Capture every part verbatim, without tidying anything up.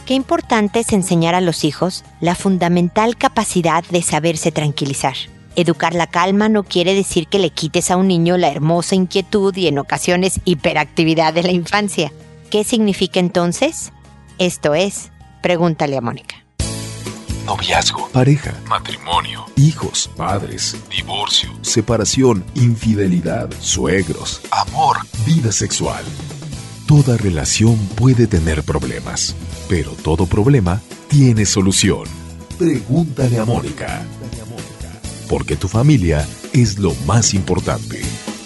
Qué importante es enseñar a los hijos la fundamental capacidad de saberse tranquilizar. Educar la calma no quiere decir que le quites a un niño la hermosa inquietud y en ocasiones hiperactividad de la infancia. ¿Qué significa entonces? Esto es, pregúntale a Mónica. Noviazgo, pareja, matrimonio, hijos, padres, divorcio, separación, infidelidad, suegros, amor, vida sexual. Toda relación puede tener problemas, pero todo problema tiene solución. Pregúntale a Mónica. Porque tu familia es lo más importante.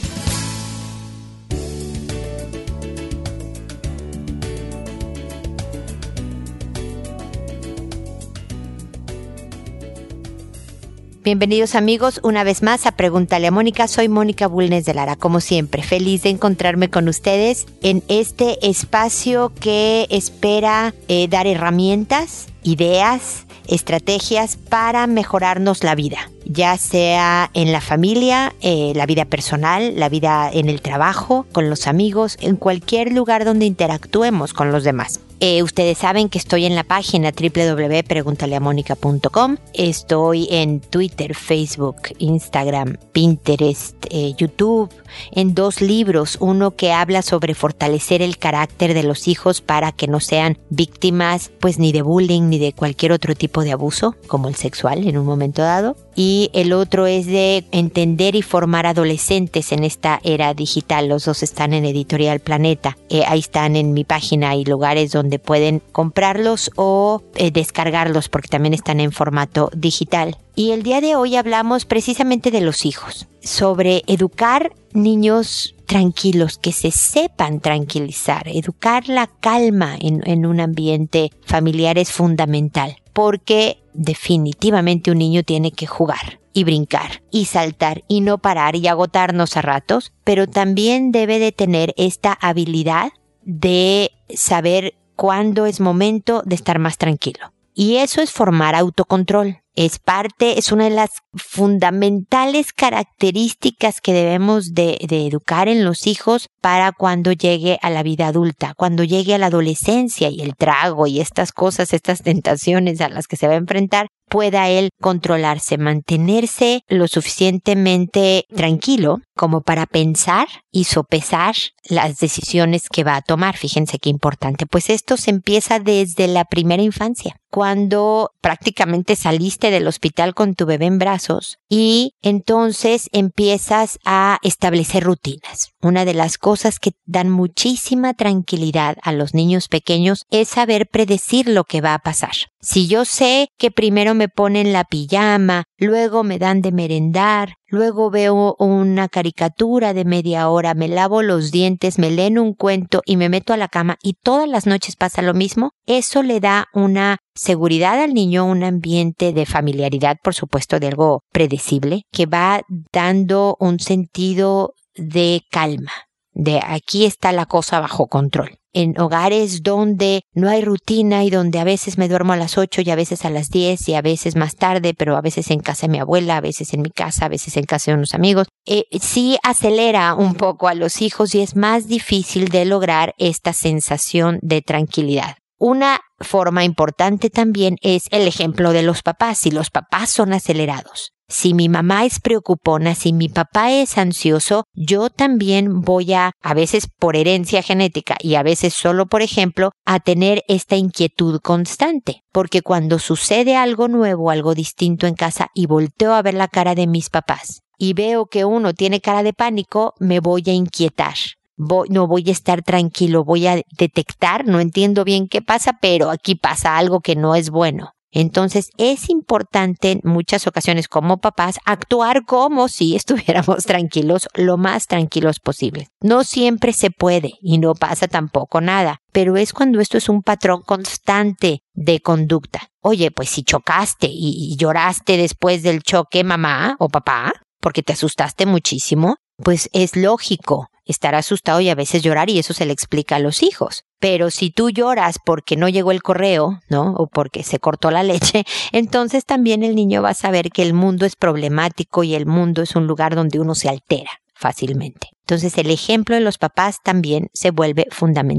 Bienvenidos amigos una vez más a Pregúntale a Mónica. Soy Mónica Bulnes de Lara, como siempre, feliz de encontrarme con ustedes en este espacio que espera eh, dar herramientas, ideas, estrategias para mejorarnos la vida, ya sea en la familia, eh, la vida personal, la vida en el trabajo, con los amigos, en cualquier lugar donde interactuemos con los demás. Eh, ustedes saben que estoy en la página doble u doble u doble u punto pregúntale a mónica punto com. Estoy en Twitter, Facebook, Instagram, Pinterest, eh, YouTube, en dos libros. Uno que habla sobre fortalecer el carácter de los hijos para que no sean víctimas pues ni de bullying ni de cualquier otro tipo de abuso, como el sexual en un momento dado. Y el otro es de entender y formar adolescentes en esta era digital. Los dos están en Editorial Planeta. Eh, ahí están en mi página, hay lugares donde pueden comprarlos o eh, descargarlos porque también están en formato digital. Y el día de hoy hablamos precisamente de los hijos, sobre educar niños tranquilos, que se sepan tranquilizar. Educar la calma en, en un ambiente familiar es fundamental, porque definitivamente un niño tiene que jugar y brincar y saltar y no parar y agotarnos a ratos, pero también debe de tener esta habilidad de saber cuándo es momento de estar más tranquilo. Y eso es formar autocontrol. Es parte, es una de las fundamentales características que debemos de, de educar en los hijos para cuando llegue a la vida adulta, cuando llegue a la adolescencia y el trago y estas cosas, estas tentaciones a las que se va a enfrentar, pueda él controlarse, mantenerse lo suficientemente tranquilo como para pensar y sopesar las decisiones que va a tomar. Fíjense qué importante. Pues esto se empieza desde la primera infancia, cuando prácticamente saliste del hospital con tu bebé en brazos y entonces empiezas a establecer rutinas. Una de las cosas que dan muchísima tranquilidad a los niños pequeños es saber predecir lo que va a pasar. Si yo sé que primero me ponen la pijama, luego me dan de merendar, luego veo una caricatura de media hora, me lavo los dientes, me leen un cuento y me meto a la cama y todas las noches pasa lo mismo, eso le da una seguridad al niño, un ambiente de familiaridad, por supuesto, de algo predecible, que va dando un sentido de calma, de aquí está la cosa bajo control. En hogares donde no hay rutina y donde a veces me duermo a las ocho y a veces a las diez y a veces más tarde, pero a veces en casa de mi abuela, a veces en mi casa, a veces en casa de unos amigos, eh, sí acelera un poco a los hijos y es más difícil de lograr esta sensación de tranquilidad. Una forma importante también es el ejemplo de los papás. Si los papás son acelerados, si mi mamá es preocupona, si mi papá es ansioso, yo también voy a, a veces por herencia genética y a veces solo por ejemplo, a tener esta inquietud constante. Porque cuando sucede algo nuevo, algo distinto en casa y volteo a ver la cara de mis papás y veo que uno tiene cara de pánico, me voy a inquietar. Voy, no voy a estar tranquilo, voy a detectar, no entiendo bien qué pasa, pero aquí pasa algo que no es bueno. Entonces es importante en muchas ocasiones como papás actuar como si estuviéramos tranquilos, lo más tranquilos posible. No siempre se puede y no pasa tampoco nada, pero es cuando esto es un patrón constante de conducta. Oye, pues si chocaste y, y lloraste después del choque, mamá o papá, porque te asustaste muchísimo, pues es lógico estar asustado y a veces llorar y eso se le explica a los hijos. Pero si tú lloras porque no llegó el correo, ¿no? O porque se cortó la leche, entonces también el niño va a saber que el mundo es problemático y el mundo es un lugar donde uno se altera fácilmente. Entonces el ejemplo de los papás también se vuelve fundamental.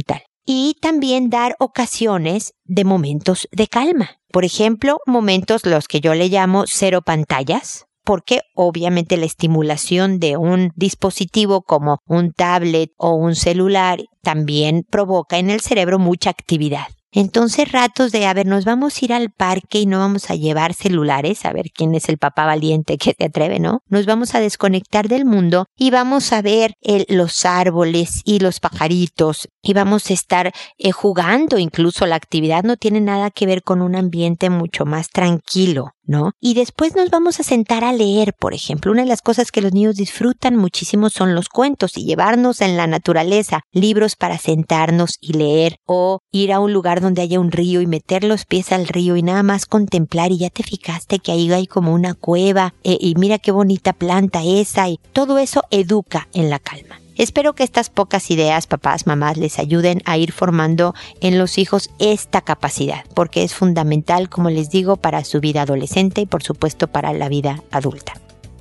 y también dar ocasiones de momentos de calma. Por ejemplo, momentos los que yo le llamo cero pantallas, porque obviamente la estimulación de un dispositivo como un tablet o un celular también provoca en el cerebro mucha actividad. Entonces, ratos de, a ver, nos vamos a ir al parque y no vamos a llevar celulares, a ver quién es el papá valiente que se atreve, ¿no? Nos vamos a desconectar del mundo y vamos a ver el, los árboles y los pajaritos y vamos a estar eh, jugando. Incluso la actividad no tiene nada que ver con un ambiente mucho más tranquilo, ¿no? Y después nos vamos a sentar a leer, por ejemplo. Una de las cosas que los niños disfrutan muchísimo son los cuentos y llevarnos en la naturaleza libros para sentarnos y leer, o ir a un lugar donde haya un río y meter los pies al río y nada más contemplar, y ya te fijaste que ahí hay como una cueva eh, y mira qué bonita planta esa, y todo eso educa en la calma. Espero que estas pocas ideas, papás, mamás, les ayuden a ir formando en los hijos esta capacidad, porque es fundamental, como les digo, para su vida adolescente y por supuesto para la vida adulta.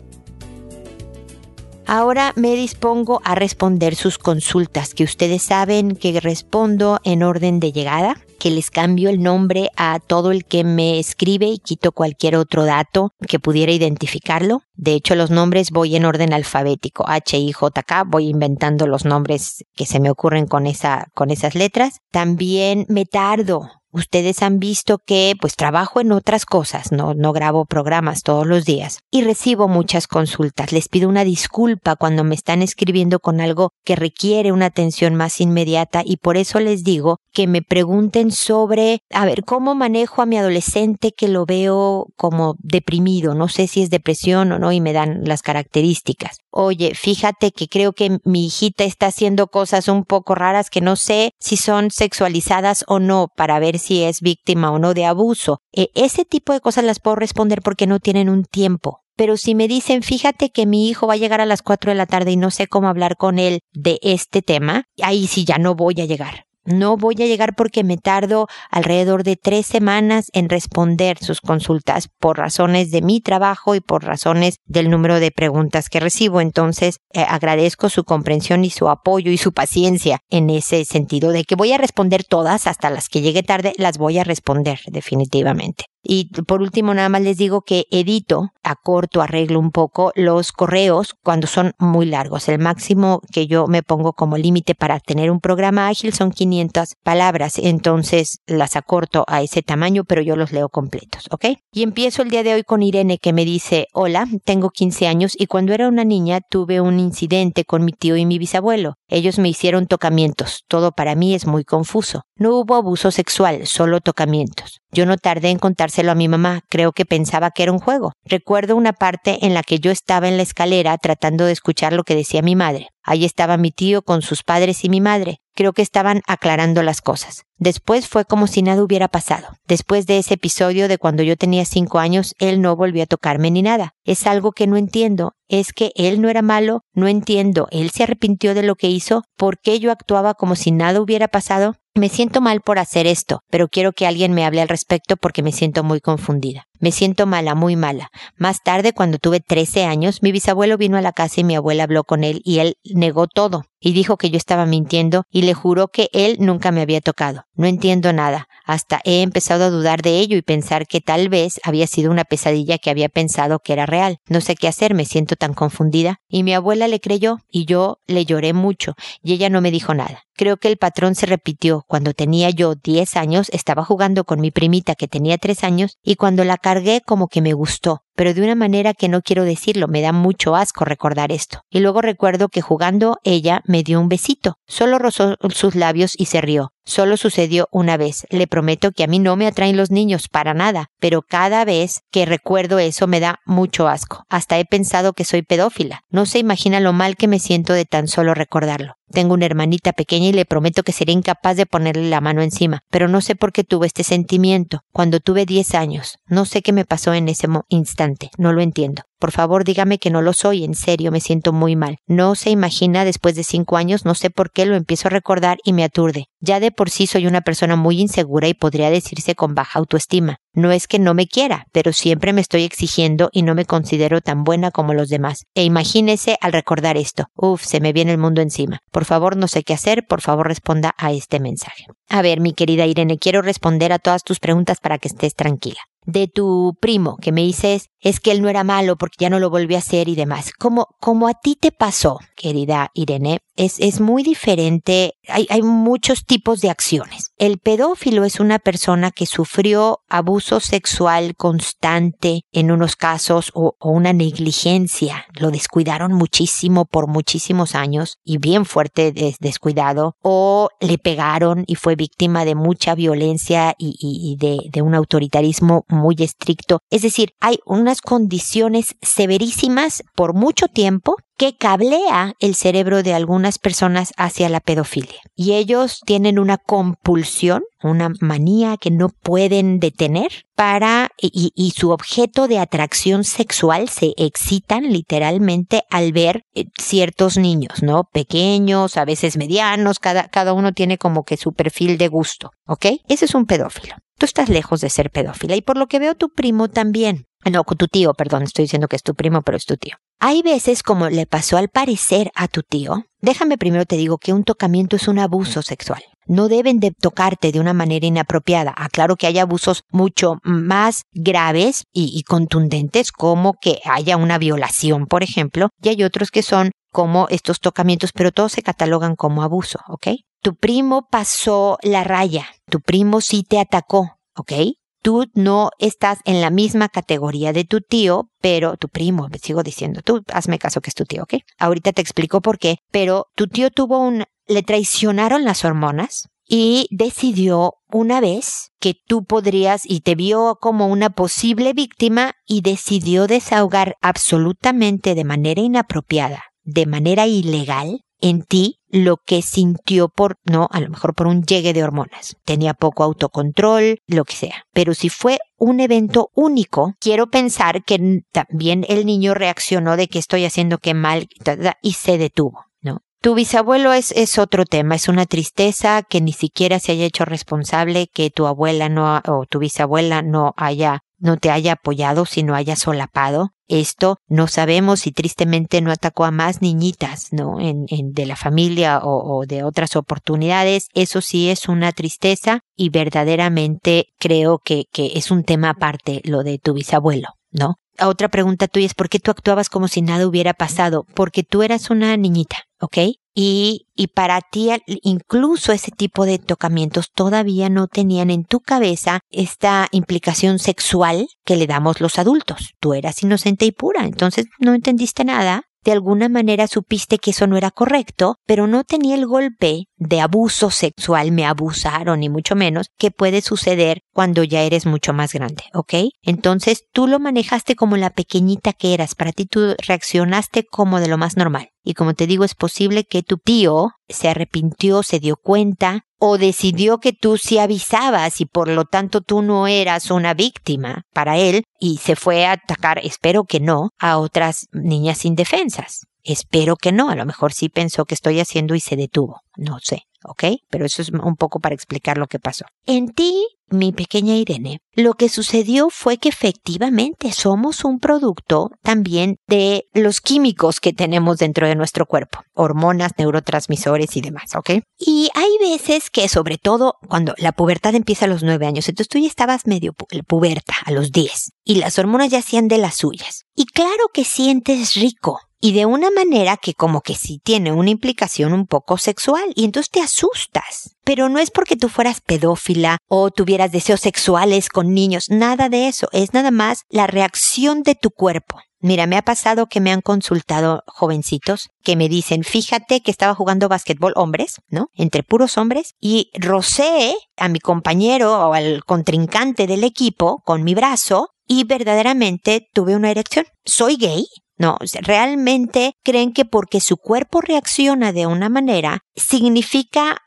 Ahora me dispongo a responder sus consultas, que ustedes saben que respondo en orden de llegada, que les cambio el nombre a todo el que me escribe y quito cualquier otro dato que pudiera identificarlo. De hecho, los nombres voy en orden alfabético, H I J K, voy inventando los nombres que se me ocurren con esa, con esas letras. También me tardo. Ustedes han visto que pues trabajo en otras cosas, no, no grabo programas todos los días y recibo muchas consultas. Les pido una disculpa cuando me están escribiendo con algo que requiere una atención más inmediata, y por eso les digo que me pregunten sobre, a ver, ¿cómo manejo a mi adolescente que lo veo como deprimido? No sé si es depresión o no, y me dan las características. Oye, fíjate que creo que mi hijita está haciendo cosas un poco raras que no sé si son sexualizadas o no, para ver si es víctima o no de abuso. Eh, ese tipo de cosas las puedo responder porque no tienen un tiempo. Pero si me dicen, fíjate que mi hijo va a llegar a las cuatro de la tarde y no sé cómo hablar con él de este tema, ahí sí ya no voy a llegar. No voy a llegar porque me tardo alrededor de tres semanas en responder sus consultas por razones de mi trabajo y por razones del número de preguntas que recibo. Entonces, eh, agradezco su comprensión y su apoyo y su paciencia en ese sentido de que voy a responder todas, hasta las que llegue tarde, las voy a responder definitivamente. Y por último, nada más les digo que edito, acorto, arreglo un poco los correos cuando son muy largos. El máximo que yo me pongo como límite para tener un programa ágil son quinientas palabras. Entonces las acorto a ese tamaño, pero yo los leo completos, ¿ok? Y empiezo el día de hoy con Irene, que me dice, hola, tengo quince años y cuando era una niña tuve un incidente con mi tío y mi bisabuelo. Ellos me hicieron tocamientos. Todo para mí es muy confuso. No hubo abuso sexual, solo tocamientos. Yo no tardé en contárselo a mi mamá, creo que pensaba que era un juego. Recuerdo una parte en la que yo estaba en la escalera tratando de escuchar lo que decía mi madre. Ahí estaba mi tío con sus padres y mi madre. Creo que estaban aclarando las cosas. Después fue como si nada hubiera pasado. Después de ese episodio de cuando yo tenía cinco años, él no volvió a tocarme ni nada. Es algo que no entiendo. Es que él no era malo, no entiendo. Él se arrepintió de lo que hizo. ¿Por qué yo actuaba como si nada hubiera pasado? Me siento mal por hacer esto, pero quiero que alguien me hable al respecto porque me siento muy confundida. Me siento mala, muy mala. Más tarde, cuando tuve trece años, mi bisabuelo vino a la casa y mi abuela habló con él y él negó todo y dijo que yo estaba mintiendo y le juró que él nunca me había tocado. No entiendo nada. Hasta he empezado a dudar de ello y pensar que tal vez había sido una pesadilla que había pensado que era real. No sé qué hacer, me siento tan confundida. Y mi abuela le creyó y yo le lloré mucho y ella no me dijo nada. Creo que el patrón se repitió. Cuando tenía yo diez años, estaba jugando con mi primita que tenía tres años y cuando la cargué como que me gustó, pero de una manera que no quiero decirlo, me da mucho asco recordar esto. Y luego recuerdo que jugando ella me dio un besito, solo rozó sus labios y se rió. Solo sucedió una vez. Le prometo que a mí no me atraen los niños, para nada, pero cada vez que recuerdo eso me da mucho asco. Hasta he pensado que soy pedófila. No se imagina lo mal que me siento de tan solo recordarlo. Tengo una hermanita pequeña y le prometo que seré incapaz de ponerle la mano encima, pero no sé por qué tuve este sentimiento. Cuando tuve diez años, no sé qué me pasó en ese instante, no lo entiendo. Por favor, dígame que no lo soy, en serio, me siento muy mal. No se imagina, después de cinco años, no sé por qué lo empiezo a recordar y me aturde. Ya de por sí soy una persona muy insegura y podría decirse con baja autoestima. No es que no me quiera, pero siempre me estoy exigiendo y no me considero tan buena como los demás. E imagínese al recordar esto. Uf, se me viene el mundo encima. Por favor, no sé qué hacer, por favor responda a este mensaje. A ver, mi querida Irene, quiero responder a todas tus preguntas para que estés tranquila. De tu primo, que me dices, es que él no era malo porque ya no lo volvió a hacer y demás. Como, como a ti te pasó, querida Irene, es, es muy diferente. Hay, hay muchos tipos de acciones. El pedófilo es una persona que sufrió abuso sexual constante en unos casos o, o una negligencia. Lo descuidaron muchísimo por muchísimos años y bien fuerte des, descuidado. O le pegaron y fue víctima de mucha violencia y, y, y de, de un autoritarismo muy estricto. Es decir, hay unas condiciones severísimas por mucho tiempo que cablea el cerebro de algunas personas hacia la pedofilia. Y ellos tienen una compulsión, una manía que no pueden detener para, y, y su objeto de atracción sexual se excitan literalmente al ver eh, ciertos niños, ¿no? Pequeños, a veces medianos, cada, cada uno tiene como que su perfil de gusto, ¿ok? Ese es un pedófilo. Tú estás lejos de ser pedófila y por lo que veo tu primo también. No, tu tío, perdón, estoy diciendo que es tu primo, pero es tu tío. Hay veces, como le pasó al parecer a tu tío, déjame primero te digo que un tocamiento es un abuso sexual. No deben de tocarte de una manera inapropiada. Aclaro que hay abusos mucho más graves y, y contundentes, como que haya una violación, por ejemplo, y hay otros que son como estos tocamientos, pero todos se catalogan como abuso, ¿ok? Tu primo pasó la raya, tu primo sí te atacó, ¿ok? Tú no estás en la misma categoría de tu tío, pero tu primo, me sigo diciendo, tú hazme caso que es tu tío, ¿ok? Ahorita te explico por qué, pero tu tío tuvo un, le traicionaron las hormonas y decidió una vez que tú podrías y te vio como una posible víctima y decidió desahogar absolutamente de manera inapropiada, de manera ilegal, en ti lo que sintió por, no, a lo mejor por un llegue de hormonas. Tenía poco autocontrol, lo que sea. Pero si fue un evento único, quiero pensar que también el niño reaccionó de que estoy haciendo qué mal y se detuvo, ¿no? Tu bisabuelo es, es otro tema, es una tristeza que ni siquiera se haya hecho responsable, que tu abuela no, o tu bisabuela no haya, no te haya apoyado, sino haya solapado. Esto no sabemos y tristemente no atacó a más niñitas, ¿no? En, en, de la familia o, o de otras oportunidades. Eso sí es una tristeza y verdaderamente creo que, que es un tema aparte lo de tu bisabuelo, ¿no? Otra pregunta tuya es ¿por qué tú actuabas como si nada hubiera pasado? Porque tú eras una niñita, ¿ok? Y, y para ti incluso ese tipo de tocamientos todavía no tenían en tu cabeza esta implicación sexual que le damos los adultos. Tú eras inocente y pura, entonces no entendiste nada. De alguna manera supiste que eso no era correcto, pero no tenía el golpe de abuso sexual, me abusaron ni mucho menos, que puede suceder cuando ya eres mucho más grande, ¿ok? Entonces tú lo manejaste como la pequeñita que eras, para ti tú reaccionaste como de lo más normal. Y como te digo, es posible que tu tío se arrepintió, se dio cuenta o decidió que tú sí avisabas y por lo tanto tú no eras una víctima para él y se fue a atacar, espero que no, a otras niñas indefensas. Espero que no, a lo mejor sí pensó que estoy haciendo y se detuvo, no sé, ¿ok? Pero eso es un poco para explicar lo que pasó. En ti, mi pequeña Irene, lo que sucedió fue que efectivamente somos un producto también de los químicos que tenemos dentro de nuestro cuerpo, hormonas, neurotransmisores y demás, ¿ok? Y hay veces que, sobre todo cuando la pubertad empieza a los nueve años, entonces tú ya estabas medio pu- puberta a los diez y las hormonas ya hacían de las suyas. Y claro que sientes rico. Y de una manera que como que sí tiene una implicación un poco sexual. Y entonces te asustas. Pero no es porque tú fueras pedófila o tuvieras deseos sexuales con niños. Nada de eso. Es nada más la reacción de tu cuerpo. Mira, me ha pasado que me han consultado jovencitos que me dicen, fíjate que estaba jugando básquetbol hombres, ¿no? Entre puros hombres. Y rocé a mi compañero o al contrincante del equipo con mi brazo y verdaderamente tuve una erección. ¿Soy gay? No, realmente creen que porque su cuerpo reacciona de una manera, significa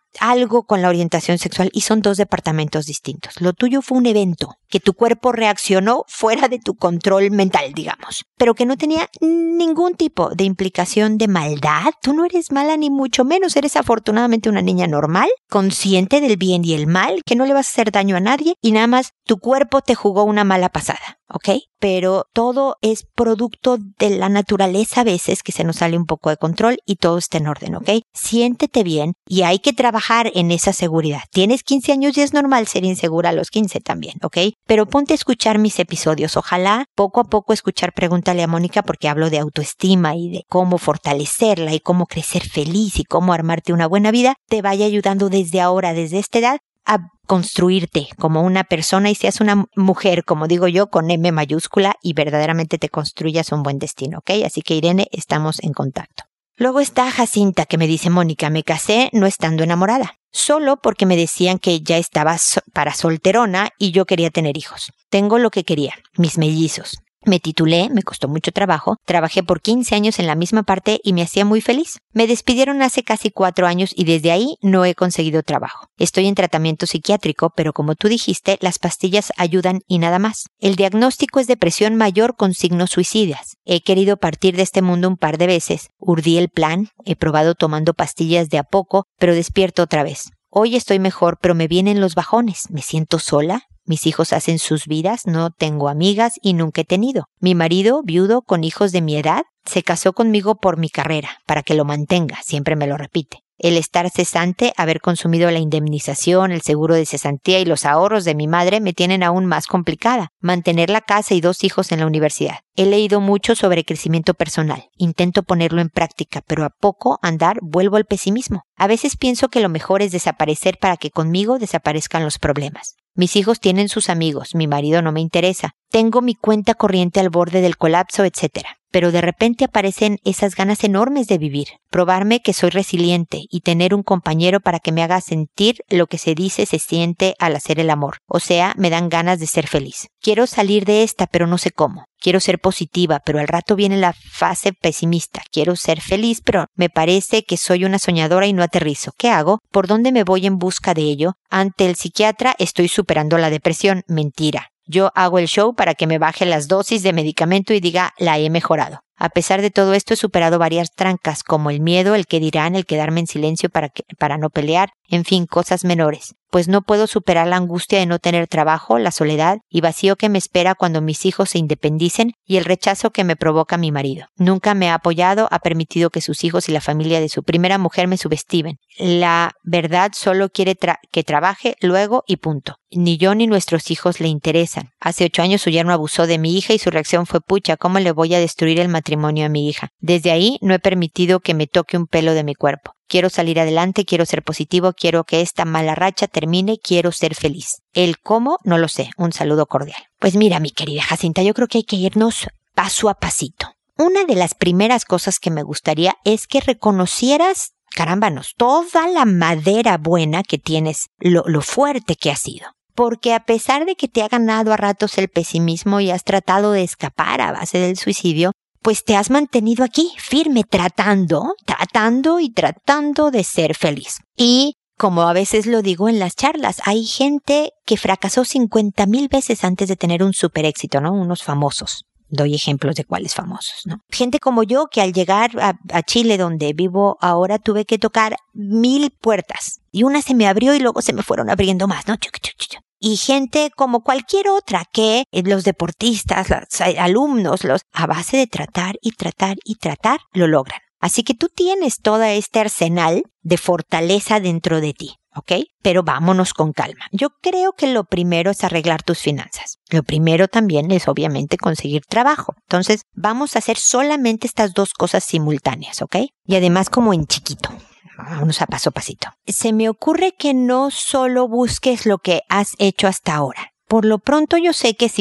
algo con la orientación sexual y son dos departamentos distintos. Lo tuyo fue un evento que tu cuerpo reaccionó fuera de tu control mental, digamos, pero que no tenía ningún tipo de implicación de maldad. Tú no eres mala ni mucho menos, eres afortunadamente una niña normal, consciente del bien y el mal, que no le vas a hacer daño a nadie y nada más tu cuerpo te jugó una mala pasada, ¿ok? Pero todo es producto de la naturaleza a veces que se nos sale un poco de control y todo está en orden, ¿ok? Siéntete bien y hay que trabajar en esa seguridad. Tienes quince años y es normal ser insegura a los quince también, ¿ok? Pero ponte a escuchar mis episodios. Ojalá poco a poco escuchar Pregúntale a Mónica porque hablo de autoestima y de cómo fortalecerla y cómo crecer feliz y cómo armarte una buena vida, te vaya ayudando desde ahora, desde esta edad, a construirte como una persona y seas una mujer, como digo yo, con M mayúscula y verdaderamente te construyas un buen destino, ¿ok? Así que Irene, estamos en contacto. Luego está Jacinta que me dice, Mónica, me casé no estando enamorada, solo porque me decían que ya estaba so- para solterona y yo quería tener hijos. Tengo lo que quería, mis mellizos. Me titulé, me costó mucho trabajo, trabajé por quince años en la misma parte y me hacía muy feliz. Me despidieron hace casi cuatro años y desde ahí no he conseguido trabajo. Estoy en tratamiento psiquiátrico, pero como tú dijiste, las pastillas ayudan y nada más. El diagnóstico es depresión mayor con signos suicidas. He querido partir de este mundo un par de veces. Urdí el plan, he probado tomando pastillas de a poco, pero despierto otra vez. Hoy estoy mejor, pero me vienen los bajones. Me siento sola. Mis hijos hacen sus vidas, no tengo amigas y nunca he tenido. Mi marido, viudo, con hijos de mi edad, se casó conmigo por mi carrera, para que lo mantenga, siempre me lo repite. El estar cesante, haber consumido la indemnización, el seguro de cesantía y los ahorros de mi madre me tienen aún más complicada. Mantener la casa y dos hijos en la universidad. He leído mucho sobre crecimiento personal. Intento ponerlo en práctica, pero a poco andar vuelvo al pesimismo. A veces pienso que lo mejor es desaparecer para que conmigo desaparezcan los problemas. Mis hijos tienen sus amigos, mi marido no me interesa. Tengo mi cuenta corriente al borde del colapso, etcétera. Pero de repente aparecen esas ganas enormes de vivir, probarme que soy resiliente y tener un compañero para que me haga sentir lo que se dice se siente al hacer el amor. O sea, me dan ganas de ser feliz. Quiero salir de esta, pero no sé cómo. Quiero ser positiva, pero al rato viene la fase pesimista. Quiero ser feliz, pero me parece que soy una soñadora y no aterrizo. ¿Qué hago? ¿Por dónde me voy en busca de ello? Ante el psiquiatra estoy superando la depresión. Mentira. Yo hago el show para que me baje las dosis de medicamento y diga, la he mejorado. A pesar de todo esto, he superado varias trancas, como el miedo, el que dirán, el quedarme en silencio para, que, para no pelear, en fin, cosas menores. Pues no puedo superar la angustia de no tener trabajo, la soledad y vacío que me espera cuando mis hijos se independicen y el rechazo que me provoca mi marido. Nunca me ha apoyado, ha permitido que sus hijos y la familia de su primera mujer me subestimen. La verdad solo quiere tra- que trabaje luego y punto. Ni yo ni nuestros hijos le interesan. Hace ocho años su yerno abusó de mi hija y su reacción fue, pucha, ¿cómo le voy a destruir el matrimonio a mi hija? Desde ahí no he permitido que me toque un pelo de mi cuerpo. Quiero salir adelante, quiero ser positivo, quiero que esta mala racha termine, quiero ser feliz. El cómo, no lo sé. Un saludo cordial. Pues mira, mi querida Jacinta, yo creo que hay que irnos paso a pasito. Una de las primeras cosas que me gustaría es que reconocieras, carámbanos, toda la madera buena que tienes, lo, lo fuerte que has sido. Porque a pesar de que te ha ganado a ratos el pesimismo y has tratado de escapar a base del suicidio, pues te has mantenido aquí, firme, tratando, tratando y tratando de ser feliz. Y como a veces lo digo en las charlas, hay gente que fracasó cincuenta mil veces antes de tener un super éxito, ¿no? Unos famosos. Doy ejemplos de cuáles famosos, ¿no? Gente como yo que al llegar a, a Chile, donde vivo ahora, tuve que tocar mil puertas. Y una se me abrió y luego se me fueron abriendo más, ¿no? Chuc, chuc, chuc. Y gente como cualquier otra que los deportistas, los alumnos, los a base de tratar y tratar y tratar, lo logran. Así que tú tienes todo este arsenal de fortaleza dentro de ti, ¿ok? Pero vámonos con calma. Yo creo que lo primero es arreglar tus finanzas. Lo primero también es obviamente conseguir trabajo. Entonces vamos a hacer solamente estas dos cosas simultáneas, ¿ok? Y además como en chiquito. Vamos a paso a pasito. Se me ocurre que no solo busques lo que has hecho hasta ahora. Por lo pronto yo sé que si por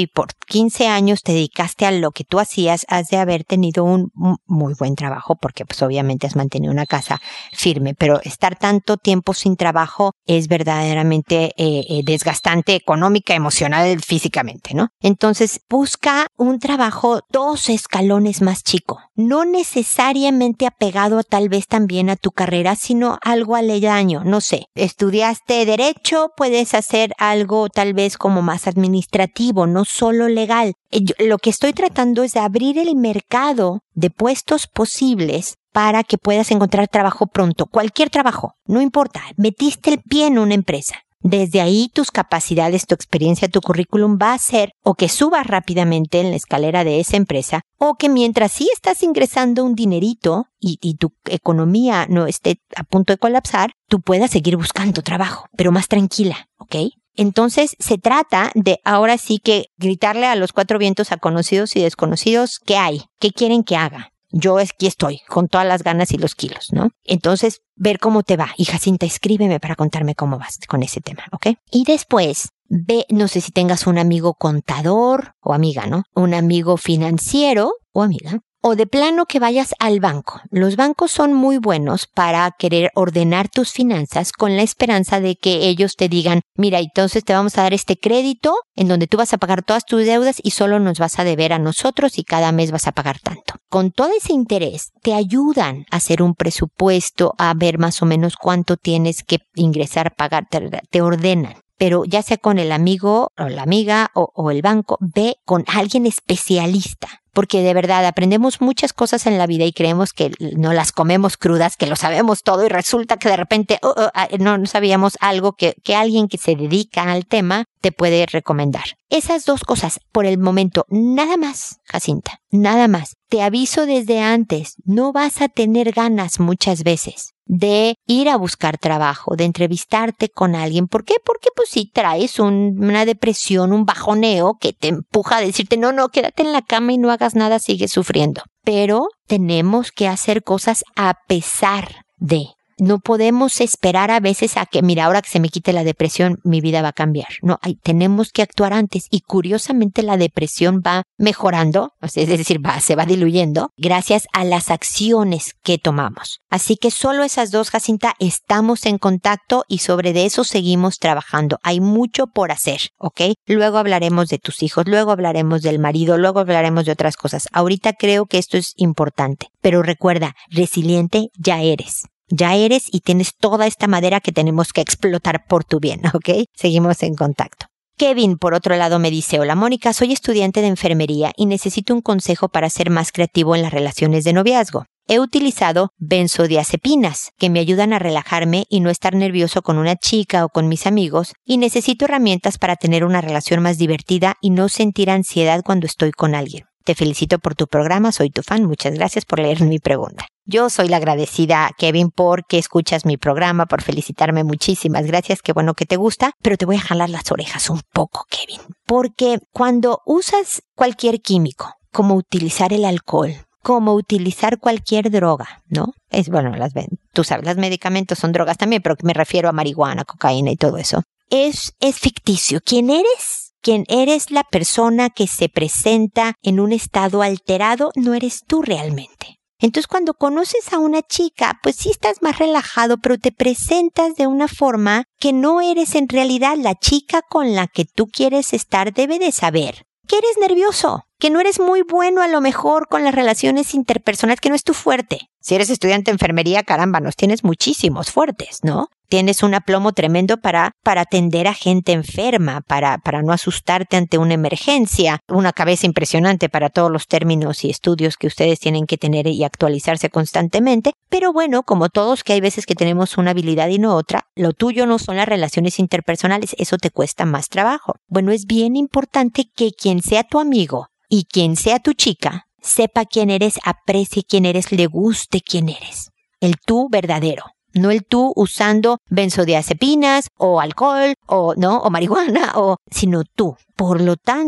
quince años te dedicaste a lo que tú hacías, has de haber tenido un muy buen trabajo porque pues obviamente has mantenido una casa firme, pero estar tanto tiempo sin trabajo es verdaderamente eh, eh, desgastante económica, emocional, físicamente, ¿no? Entonces busca un trabajo dos escalones más chico, no necesariamente apegado tal vez también a tu carrera, sino algo aledaño, no sé, estudiaste Derecho, puedes hacer algo tal vez como más administrativo, no solo legal. Yo, lo que estoy tratando es de abrir el mercado de puestos posibles para que puedas encontrar trabajo pronto, cualquier trabajo, no importa, metiste el pie en una empresa. Desde ahí tus capacidades, tu experiencia, tu currículum va a ser o que subas rápidamente en la escalera de esa empresa o que mientras sí estás ingresando un dinerito y, y tu economía no esté a punto de colapsar, tú puedas seguir buscando trabajo, pero más tranquila, ¿ok? Entonces se trata de ahora sí que gritarle a los cuatro vientos, a conocidos y desconocidos, ¿qué hay? ¿Qué quieren que haga? Yo aquí estoy, con todas las ganas y los kilos, ¿no? Entonces, ver cómo te va. Y Jacinta, escríbeme para contarme cómo vas con ese tema, ¿ok? Y después, ve, no sé si tengas un amigo contador o amiga, ¿no? Un amigo financiero o amiga. O de plano que vayas al banco. Los bancos son muy buenos para querer ordenar tus finanzas con la esperanza de que ellos te digan, mira, entonces te vamos a dar este crédito en donde tú vas a pagar todas tus deudas y solo nos vas a deber a nosotros y cada mes vas a pagar tanto. Con todo ese interés, te ayudan a hacer un presupuesto, a ver más o menos cuánto tienes que ingresar, pagar, te, te ordenan. Pero ya sea con el amigo o la amiga o, o el banco, ve con alguien especialista. Porque de verdad aprendemos muchas cosas en la vida y creemos que no las comemos crudas, que lo sabemos todo y resulta que de repente oh, oh, no, no sabíamos algo que, que alguien que se dedica al tema te puede recomendar. Esas dos cosas por el momento, nada más, Jacinta, nada más. Te aviso desde antes, no vas a tener ganas muchas veces de ir a buscar trabajo, de entrevistarte con alguien. ¿Por qué? Porque pues si traes un, una depresión, un bajoneo que te empuja a decirte, no, no, quédate en la cama y no hagas nada, sigues sufriendo. Pero tenemos que hacer cosas a pesar de. No podemos esperar a veces a que, mira, ahora que se me quite la depresión, mi vida va a cambiar. No, hay, tenemos que actuar antes. Y curiosamente la depresión va mejorando, es decir, va, se va diluyendo gracias a las acciones que tomamos. Así que solo esas dos, Jacinta, estamos en contacto y sobre de eso seguimos trabajando. Hay mucho por hacer, ¿ok? Luego hablaremos de tus hijos, luego hablaremos del marido, luego hablaremos de otras cosas. Ahorita creo que esto es importante. Pero recuerda, resiliente ya eres. Ya eres y tienes toda esta madera que tenemos que explotar por tu bien, ¿ok? Seguimos en contacto. Kevin, por otro lado, me dice, hola Mónica, soy estudiante de enfermería y necesito un consejo para ser más creativo en las relaciones de noviazgo. He utilizado benzodiazepinas que me ayudan a relajarme y no estar nervioso con una chica o con mis amigos y necesito herramientas para tener una relación más divertida y no sentir ansiedad cuando estoy con alguien. Te felicito por tu programa, soy tu fan, muchas gracias por leer mi pregunta. Yo soy la agradecida, Kevin, porque escuchas mi programa, por felicitarme, muchísimas gracias, qué bueno que te gusta, pero te voy a jalar las orejas un poco, Kevin, porque cuando usas cualquier químico, como utilizar el alcohol, como utilizar cualquier droga, ¿no? Es bueno, las ven, tú sabes, los medicamentos son drogas también, pero me refiero a marihuana, cocaína y todo eso. Es, es ficticio. ¿Quién eres? Quien eres la persona que se presenta en un estado alterado, no eres tú realmente. Entonces cuando conoces a una chica, pues sí estás más relajado, pero te presentas de una forma que no eres en realidad. La chica con la que tú quieres estar debe de saber que eres nervioso, que no eres muy bueno a lo mejor con las relaciones interpersonales, que no es tu fuerte. Si eres estudiante de enfermería, caramba, nos tienes muchísimos fuertes, ¿no? Tienes un aplomo tremendo para, para atender a gente enferma, para, para no asustarte ante una emergencia, una cabeza impresionante para todos los términos y estudios que ustedes tienen que tener y actualizarse constantemente. Pero bueno, como todos, que hay veces que tenemos una habilidad y no otra, lo tuyo no son las relaciones interpersonales, eso te cuesta más trabajo. Bueno, es bien importante que quien sea tu amigo y quien sea tu chica, sepa quién eres, aprecie quién eres, le guste quién eres. El tú verdadero. No el tú usando benzodiazepinas o alcohol o no o marihuana o sino tú. Por lo tanto,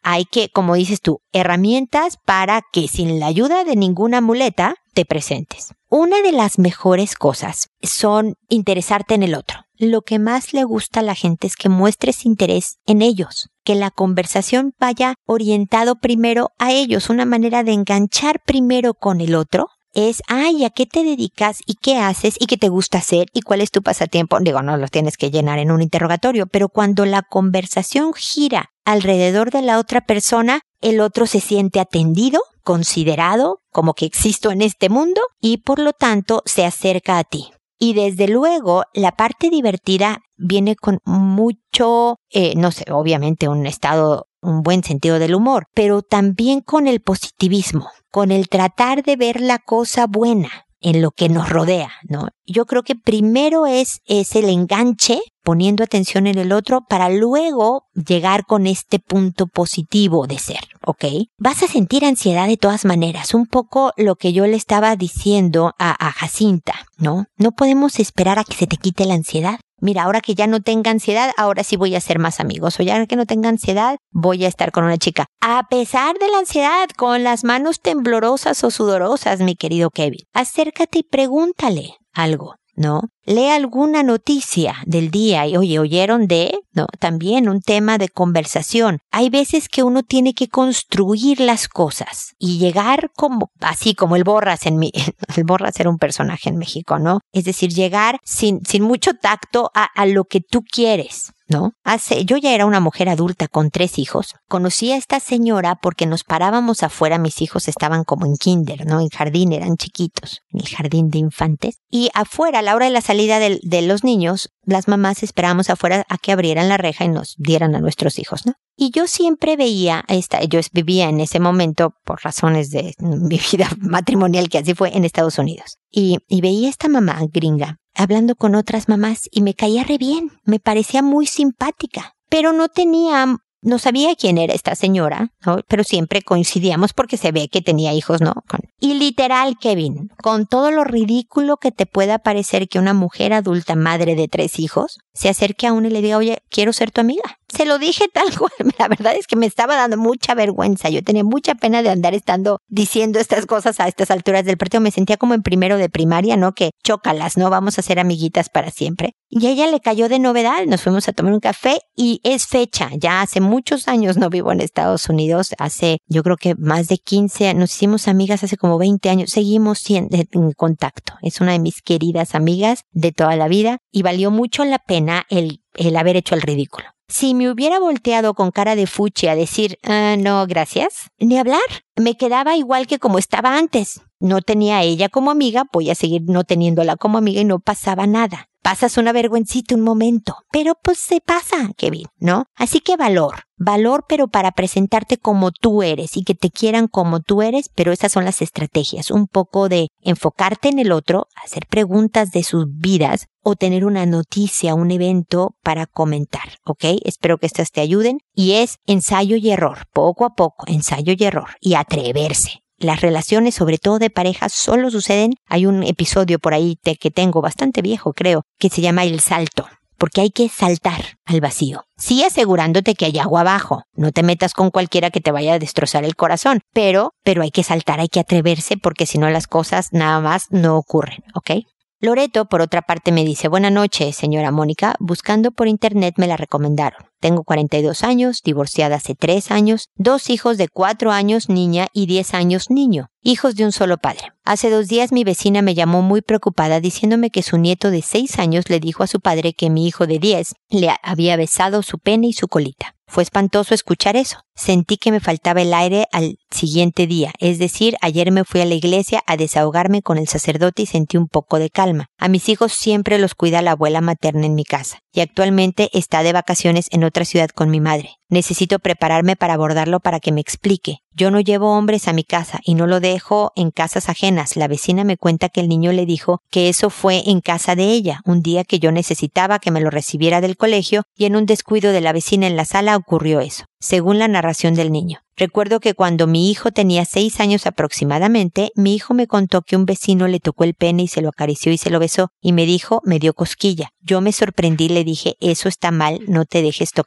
hay que, como dices tú, herramientas para que sin la ayuda de ninguna muleta te presentes. Una de las mejores cosas son interesarte en el otro. Lo que más le gusta a la gente es que muestres interés en ellos, que la conversación vaya orientado primero a ellos. Una manera de enganchar primero con el otro es, ay, ¿a qué te dedicas? ¿Y qué haces? ¿Y qué te gusta hacer? ¿Y cuál es tu pasatiempo? Digo, no los tienes que llenar en un interrogatorio, pero cuando la conversación gira alrededor de la otra persona, el otro se siente atendido, considerado, como que existo en este mundo y por lo tanto se acerca a ti. Y desde luego, la parte divertida viene con mucho, eh, no sé, obviamente un estado, un buen sentido del humor, pero también con el positivismo, con el tratar de ver la cosa buena en lo que nos rodea, ¿no? Yo creo que primero es, es el enganche, poniendo atención en el otro, para luego llegar con este punto positivo de ser, ¿ok? Vas a sentir ansiedad de todas maneras, un poco lo que yo le estaba diciendo a, a Jacinta, ¿no? No podemos esperar a que se te quite la ansiedad. Mira, ahora que ya no tenga ansiedad, ahora sí voy a ser más amigos. O ya que no tenga ansiedad, voy a estar con una chica. A pesar de la ansiedad, con las manos temblorosas o sudorosas, mi querido Kevin, acércate y pregúntale algo, ¿no? Lee alguna noticia del día y, oye, ¿oyeron de? No, también un tema de conversación. Hay veces que uno tiene que construir las cosas y llegar como, así como el Borras en mi, el Borras era un personaje en México, ¿no? Es decir, llegar sin, sin mucho tacto a, a lo que tú quieres, ¿no? Hace, yo ya era una mujer adulta con tres hijos. Conocí a esta señora porque nos parábamos afuera, mis hijos estaban como en kinder, ¿no? En jardín, eran chiquitos, en el jardín de infantes. Y afuera, a la hora de la salida de, de los niños, las mamás esperábamos afuera a que abrieran la reja y nos dieran a nuestros hijos, ¿no? Y yo siempre veía, esta, yo vivía en ese momento, por razones de mi vida matrimonial, que así fue, en Estados Unidos. Y, y veía a esta mamá gringa hablando con otras mamás y me caía re bien, me parecía muy simpática, pero no tenía, no sabía quién era esta señora, ¿no? Pero siempre coincidíamos porque se ve que tenía hijos, ¿no? Con... Y literal, Kevin, con todo lo ridículo que te pueda parecer que una mujer adulta, madre de tres hijos, se acerque a uno y le diga, oye, quiero ser tu amiga. Se lo dije tal cual. La verdad es que me estaba dando mucha vergüenza. Yo tenía mucha pena de andar estando diciendo estas cosas a estas alturas del partido. Me sentía como en primero de primaria, ¿no? Que chócalas, ¿no? Vamos a ser amiguitas para siempre. Y a ella le cayó de novedad. Nos fuimos a tomar un café y es fecha. Ya hace muchos años no vivo en Estados Unidos. Hace, yo creo que más de quince, nos hicimos amigas hace como veinte años. Seguimos en contacto. Es una de mis queridas amigas de toda la vida y valió mucho la pena el, el haber hecho el ridículo. Si me hubiera volteado con cara de fuchi a decir, ah, no, gracias, ni hablar, me quedaba igual que como estaba antes. No tenía a ella como amiga, voy a seguir no teniéndola como amiga y no pasaba nada. Pasas una vergüencita un momento, pero pues se pasa, Kevin, ¿no? Así que valor, valor pero para presentarte como tú eres y que te quieran como tú eres, pero esas son las estrategias, un poco de enfocarte en el otro, hacer preguntas de sus vidas o tener una noticia, un evento para comentar, ¿ok? Espero que estas te ayuden y es ensayo y error, poco a poco, ensayo y error y atreverse. Las relaciones, sobre todo de pareja, solo suceden. Hay un episodio por ahí te, que tengo bastante viejo, creo, que se llama El Salto, porque hay que saltar al vacío. Sí, asegurándote que hay agua abajo. No te metas con cualquiera que te vaya a destrozar el corazón, pero, pero hay que saltar, hay que atreverse, porque si no las cosas nada más no ocurren, ¿ok? Loreto, por otra parte, me dice, buenas noches, señora Mónica, buscando por internet me la recomendaron. Tengo cuarenta y dos años, divorciada hace tres años, dos hijos de cuatro años niña y diez años niño, hijos de un solo padre. Hace dos días mi vecina me llamó muy preocupada diciéndome que su nieto de seis años le dijo a su padre que mi hijo de diez le había besado su pene y su colita. Fue espantoso escuchar eso. Sentí que me faltaba el aire al siguiente día, es decir, ayer me fui a la iglesia a desahogarme con el sacerdote y sentí un poco de calma. A mis hijos siempre los cuida la abuela materna en mi casa y actualmente está de vacaciones en otra ciudad con mi madre. Necesito prepararme para abordarlo para que me explique. Yo no llevo hombres a mi casa y no lo dejo en casas ajenas. La vecina me cuenta que el niño le dijo que eso fue en casa de ella, un día que yo necesitaba que me lo recibiera del colegio y en un descuido de la vecina en la sala ocurrió eso, según la narración del niño. Recuerdo que cuando mi hijo tenía seis años aproximadamente, mi hijo me contó que un vecino le tocó el pene y se lo acarició y se lo besó, y me dijo, me dio cosquilla. Yo me sorprendí y le dije, eso está mal, no te dejes tocar.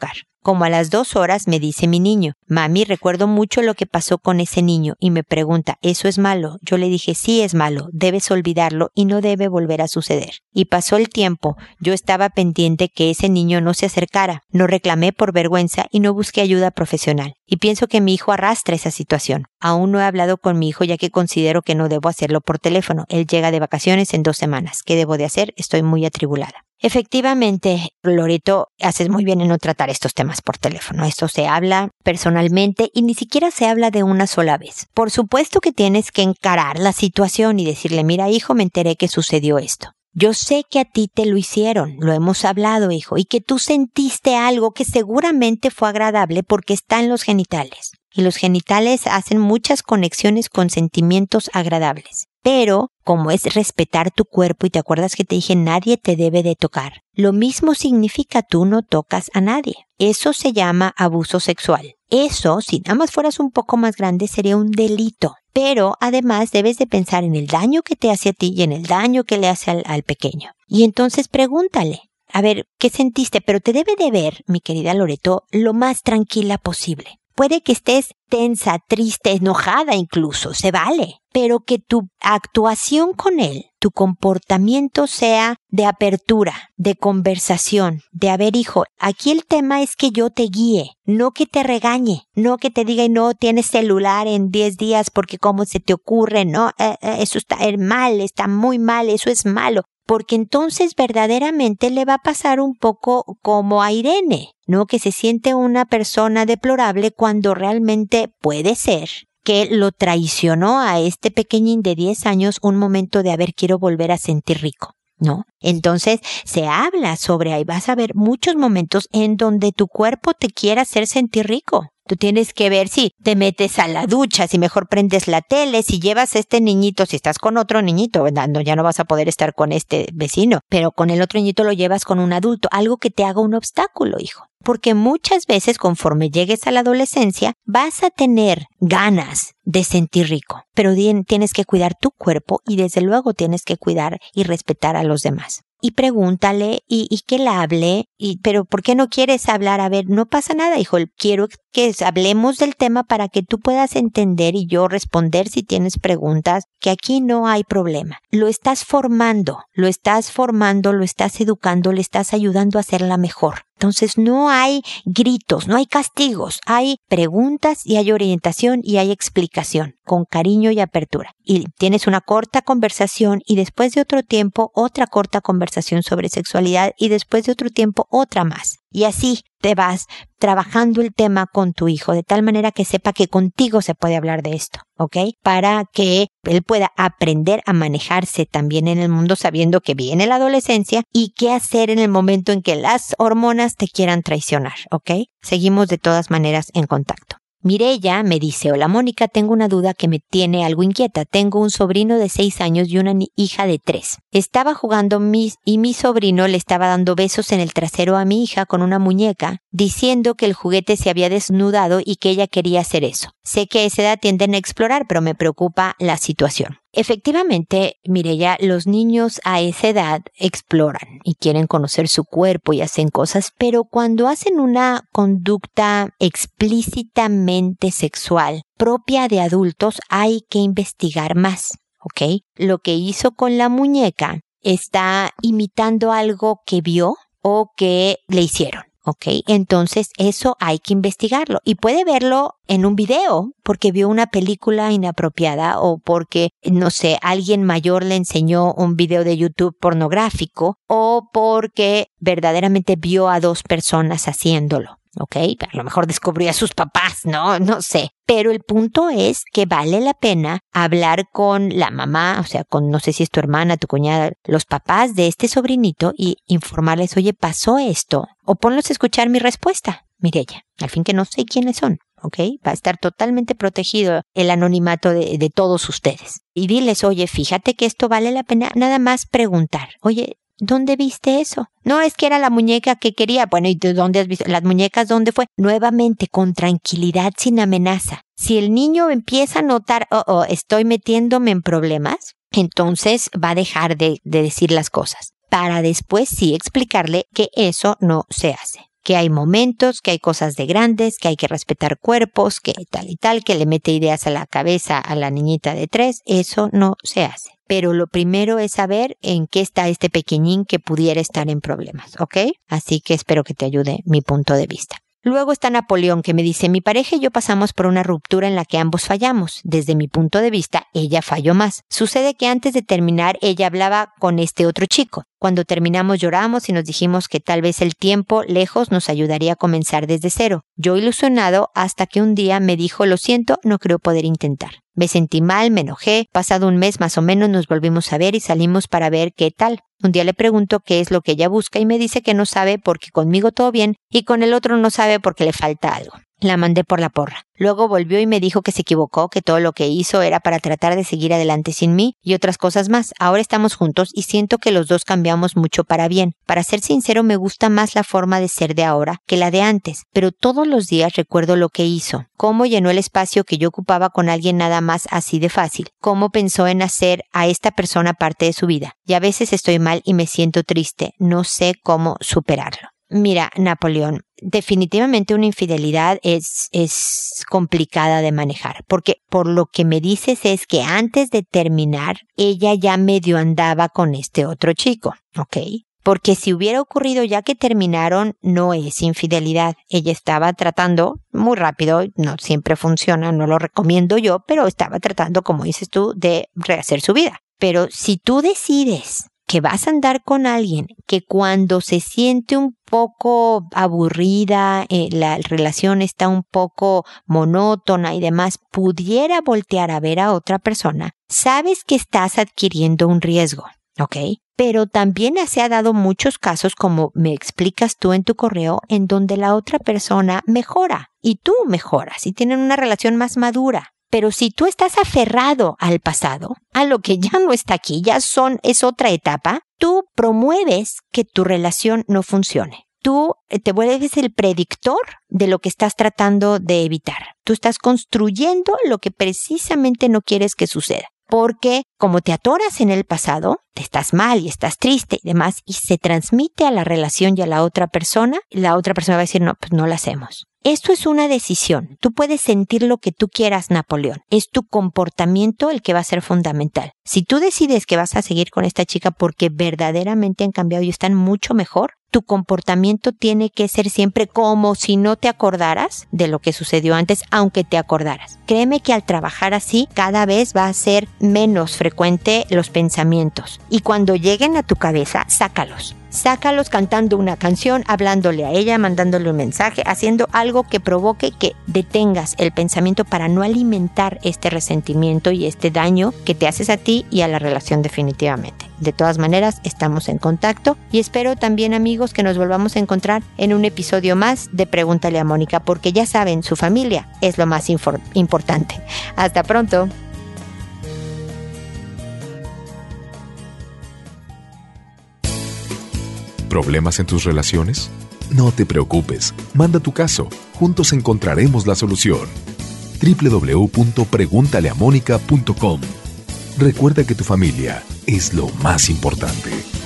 Como a las dos horas me dice mi niño, mami, recuerdo mucho lo que pasó con ese niño, y me pregunta, ¿eso es malo? Yo le dije, sí es malo, debes olvidarlo y no debe volver a suceder. Y pasó el tiempo, yo estaba pendiente que ese niño no se acercara, no reclamé por vergüenza y no busqué ayuda profesional. Y pienso que mi hijo arrastra esa situación. Aún no he hablado con mi hijo ya que considero que no debo hacerlo por teléfono. Él llega de vacaciones en dos semanas. ¿Qué debo de hacer? Estoy muy atribulada. Efectivamente, Loreto, haces muy bien en no tratar estos temas por teléfono. Esto se habla personalmente y ni siquiera se habla de una sola vez. Por supuesto que tienes que encarar la situación y decirle, mira hijo, me enteré que sucedió esto. Yo sé que a ti te lo hicieron, lo hemos hablado, hijo, y que tú sentiste algo que seguramente fue agradable porque está en los genitales. Y los genitales hacen muchas conexiones con sentimientos agradables. Pero, como es respetar tu cuerpo, y te acuerdas que te dije, nadie te debe de tocar, lo mismo significa tú no tocas a nadie. Eso se llama abuso sexual. Eso, si nada más fueras un poco más grande, sería un delito. Pero, además, debes de pensar en el daño que te hace a ti y en el daño que le hace al, al pequeño. Y entonces pregúntale, a ver, ¿qué sentiste? Pero te debe de ver, mi querida Loreto, lo más tranquila posible. Puede que estés tensa, triste, enojada incluso, se vale, pero que tu actuación con él, tu comportamiento sea de apertura, de conversación, de a ver hijo, aquí el tema es que yo te guíe, no que te regañe, no que te diga no tienes celular en diez días porque cómo se te ocurre, no, eh, eh, eso está mal, está muy mal, eso es malo. Porque entonces verdaderamente le va a pasar un poco como a Irene, ¿no? Que se siente una persona deplorable cuando realmente puede ser que lo traicionó a este pequeñín de diez años un momento de, a ver, quiero volver a sentir rico, ¿no? Entonces se habla sobre ahí, vas a ver muchos momentos en donde tu cuerpo te quiere hacer sentir rico. Tú tienes que ver si te metes a la ducha, si mejor prendes la tele, si llevas a este niñito, si estás con otro niñito, ¿verdad? No, ya no vas a poder estar con este vecino, pero con el otro niñito lo llevas con un adulto, algo que te haga un obstáculo, hijo. Porque muchas veces conforme llegues a la adolescencia vas a tener ganas de sentir rico, pero tienes que cuidar tu cuerpo y desde luego tienes que cuidar y respetar a los demás. Y pregúntale y, y que la hable, y, pero ¿por qué no quieres hablar? A ver, no pasa nada, hijo, quiero que hablemos del tema para que tú puedas entender y yo responder si tienes preguntas, que aquí no hay problema. Lo estás formando, lo estás formando, lo estás educando, le estás ayudando a hacerla mejor. Entonces no hay gritos, no hay castigos, hay preguntas y hay orientación y hay explicación con cariño y apertura. Y tienes una corta conversación y después de otro tiempo otra corta conversación sobre sexualidad y después de otro tiempo otra más. Y así te vas trabajando el tema con tu hijo de tal manera que sepa que contigo se puede hablar de esto, ¿ok? Para que él pueda aprender a manejarse también en el mundo sabiendo que viene la adolescencia y qué hacer en el momento en que las hormonas te quieran traicionar, ¿ok? Seguimos de todas maneras en contacto. Mireya me dice, hola Mónica, tengo una duda que me tiene algo inquieta. Tengo un sobrino de seis años y una hija de tres. Estaba jugando mis, y mi sobrino le estaba dando besos en el trasero a mi hija con una muñeca, diciendo que el juguete se había desnudado y que ella quería hacer eso. Sé que a esa edad tienden a explorar, pero me preocupa la situación. Efectivamente, Mireya, los niños a esa edad exploran y quieren conocer su cuerpo y hacen cosas, pero cuando hacen una conducta explícitamente sexual propia de adultos, hay que investigar más, ¿ok? Lo que hizo con la muñeca está imitando algo que vio o que le hicieron. ¿Ok? Entonces eso hay que investigarlo y puede verlo en un video porque vio una película inapropiada o porque, no sé, alguien mayor le enseñó un video de YouTube pornográfico o porque verdaderamente vio a dos personas haciéndolo. ¿Ok? A lo mejor descubrió a sus papás, ¿no? No sé. Pero el punto es que vale la pena hablar con la mamá, o sea, con no sé si es tu hermana, tu cuñada, los papás de este sobrinito y informarles, oye, pasó esto. O ponlos a escuchar mi respuesta. Mireya, al fin que no sé quiénes son. ¿Ok? Va a estar totalmente protegido el anonimato de, de todos ustedes. Y diles, oye, fíjate que esto vale la pena nada más preguntar. Oye, ¿dónde viste eso? No, es que era la muñeca que quería. Bueno, ¿y dónde has visto? ¿Las muñecas dónde fue? Nuevamente, con tranquilidad, sin amenaza. Si el niño empieza a notar, oh, oh, estoy metiéndome en problemas, entonces va a dejar de, de decir las cosas. Para después sí explicarle que eso no se hace. que hay momentos, que hay cosas de grandes, que hay que respetar cuerpos, que tal y tal, que le mete ideas a la cabeza a la niñita de tres. Eso no se hace. Pero lo primero es saber en qué está este pequeñín que pudiera estar en problemas, ¿ok? Así que espero que te ayude mi punto de vista. Luego está Napoleón, que me dice, mi pareja y yo pasamos por una ruptura en la que ambos fallamos. Desde mi punto de vista, ella falló más. Sucede que antes de terminar, ella hablaba con este otro chico. Cuando terminamos lloramos y nos dijimos que tal vez el tiempo lejos nos ayudaría a comenzar desde cero. Yo ilusionado hasta que un día me dijo, lo siento, no creo poder intentar. Me sentí mal, me enojé. Pasado un mes más o menos nos volvimos a ver y salimos para ver qué tal. Un día le pregunto qué es lo que ella busca y me dice que no sabe porque conmigo todo bien y con el otro no sabe porque le falta algo. La mandé por la porra. Luego volvió y me dijo que se equivocó, que todo lo que hizo era para tratar de seguir adelante sin mí y otras cosas más. Ahora estamos juntos y siento que los dos cambiamos mucho para bien. Para ser sincero, me gusta más la forma de ser de ahora que la de antes, pero todos los días recuerdo lo que hizo, cómo llenó el espacio que yo ocupaba con alguien nada más así de fácil, cómo pensó en hacer a esta persona parte de su vida. Y a veces estoy mal y me siento triste. No sé cómo superarlo. Mira, Napoleón, definitivamente una infidelidad es, es complicada de manejar, porque por lo que me dices es que antes de terminar, ella ya medio andaba con este otro chico, ¿ok? Porque si hubiera ocurrido ya que terminaron, no es infidelidad. Ella estaba tratando muy rápido, no siempre funciona, no lo recomiendo yo, pero estaba tratando, como dices tú, de rehacer su vida. Pero si tú decides que vas a andar con alguien que cuando se siente un poco aburrida, eh, la relación está un poco monótona y demás, pudiera voltear a ver a otra persona, sabes que estás adquiriendo un riesgo, ¿ok? Pero también se ha dado muchos casos, como me explicas tú en tu correo, en donde la otra persona mejora y tú mejoras y tienen una relación más madura. Pero si tú estás aferrado al pasado, a lo que ya no está aquí, ya son, es otra etapa, tú promueves que tu relación no funcione. Tú te vuelves el predictor de lo que estás tratando de evitar. Tú estás construyendo lo que precisamente no quieres que suceda. Porque como te atoras en el pasado, te estás mal y estás triste y demás, y se transmite a la relación y a la otra persona, la otra persona va a decir, no, pues no lo hacemos. Esto es una decisión. Tú puedes sentir lo que tú quieras, Napoleón. Es tu comportamiento el que va a ser fundamental. Si tú decides que vas a seguir con esta chica porque verdaderamente han cambiado y están mucho mejor, tu comportamiento tiene que ser siempre como si no te acordaras de lo que sucedió antes, aunque te acordaras. Créeme que al trabajar así, cada vez va a ser menos frecuente los pensamientos. Y cuando lleguen a tu cabeza, sácalos. Sácalos cantando una canción, hablándole a ella, mandándole un mensaje, haciendo algo que provoque que detengas el pensamiento para no alimentar este resentimiento y este daño que te haces a ti y a la relación definitivamente. De todas maneras, estamos en contacto y espero también, amigos, que nos volvamos a encontrar en un episodio más de Pregúntale a Mónica, porque ya saben, su familia es lo más infor- importante. Hasta pronto. ¿Problemas en tus relaciones? No te preocupes, manda tu caso, juntos encontraremos la solución. doble u doble u doble u punto pregúntale a mónica punto com. Recuerda que tu familia es lo más importante.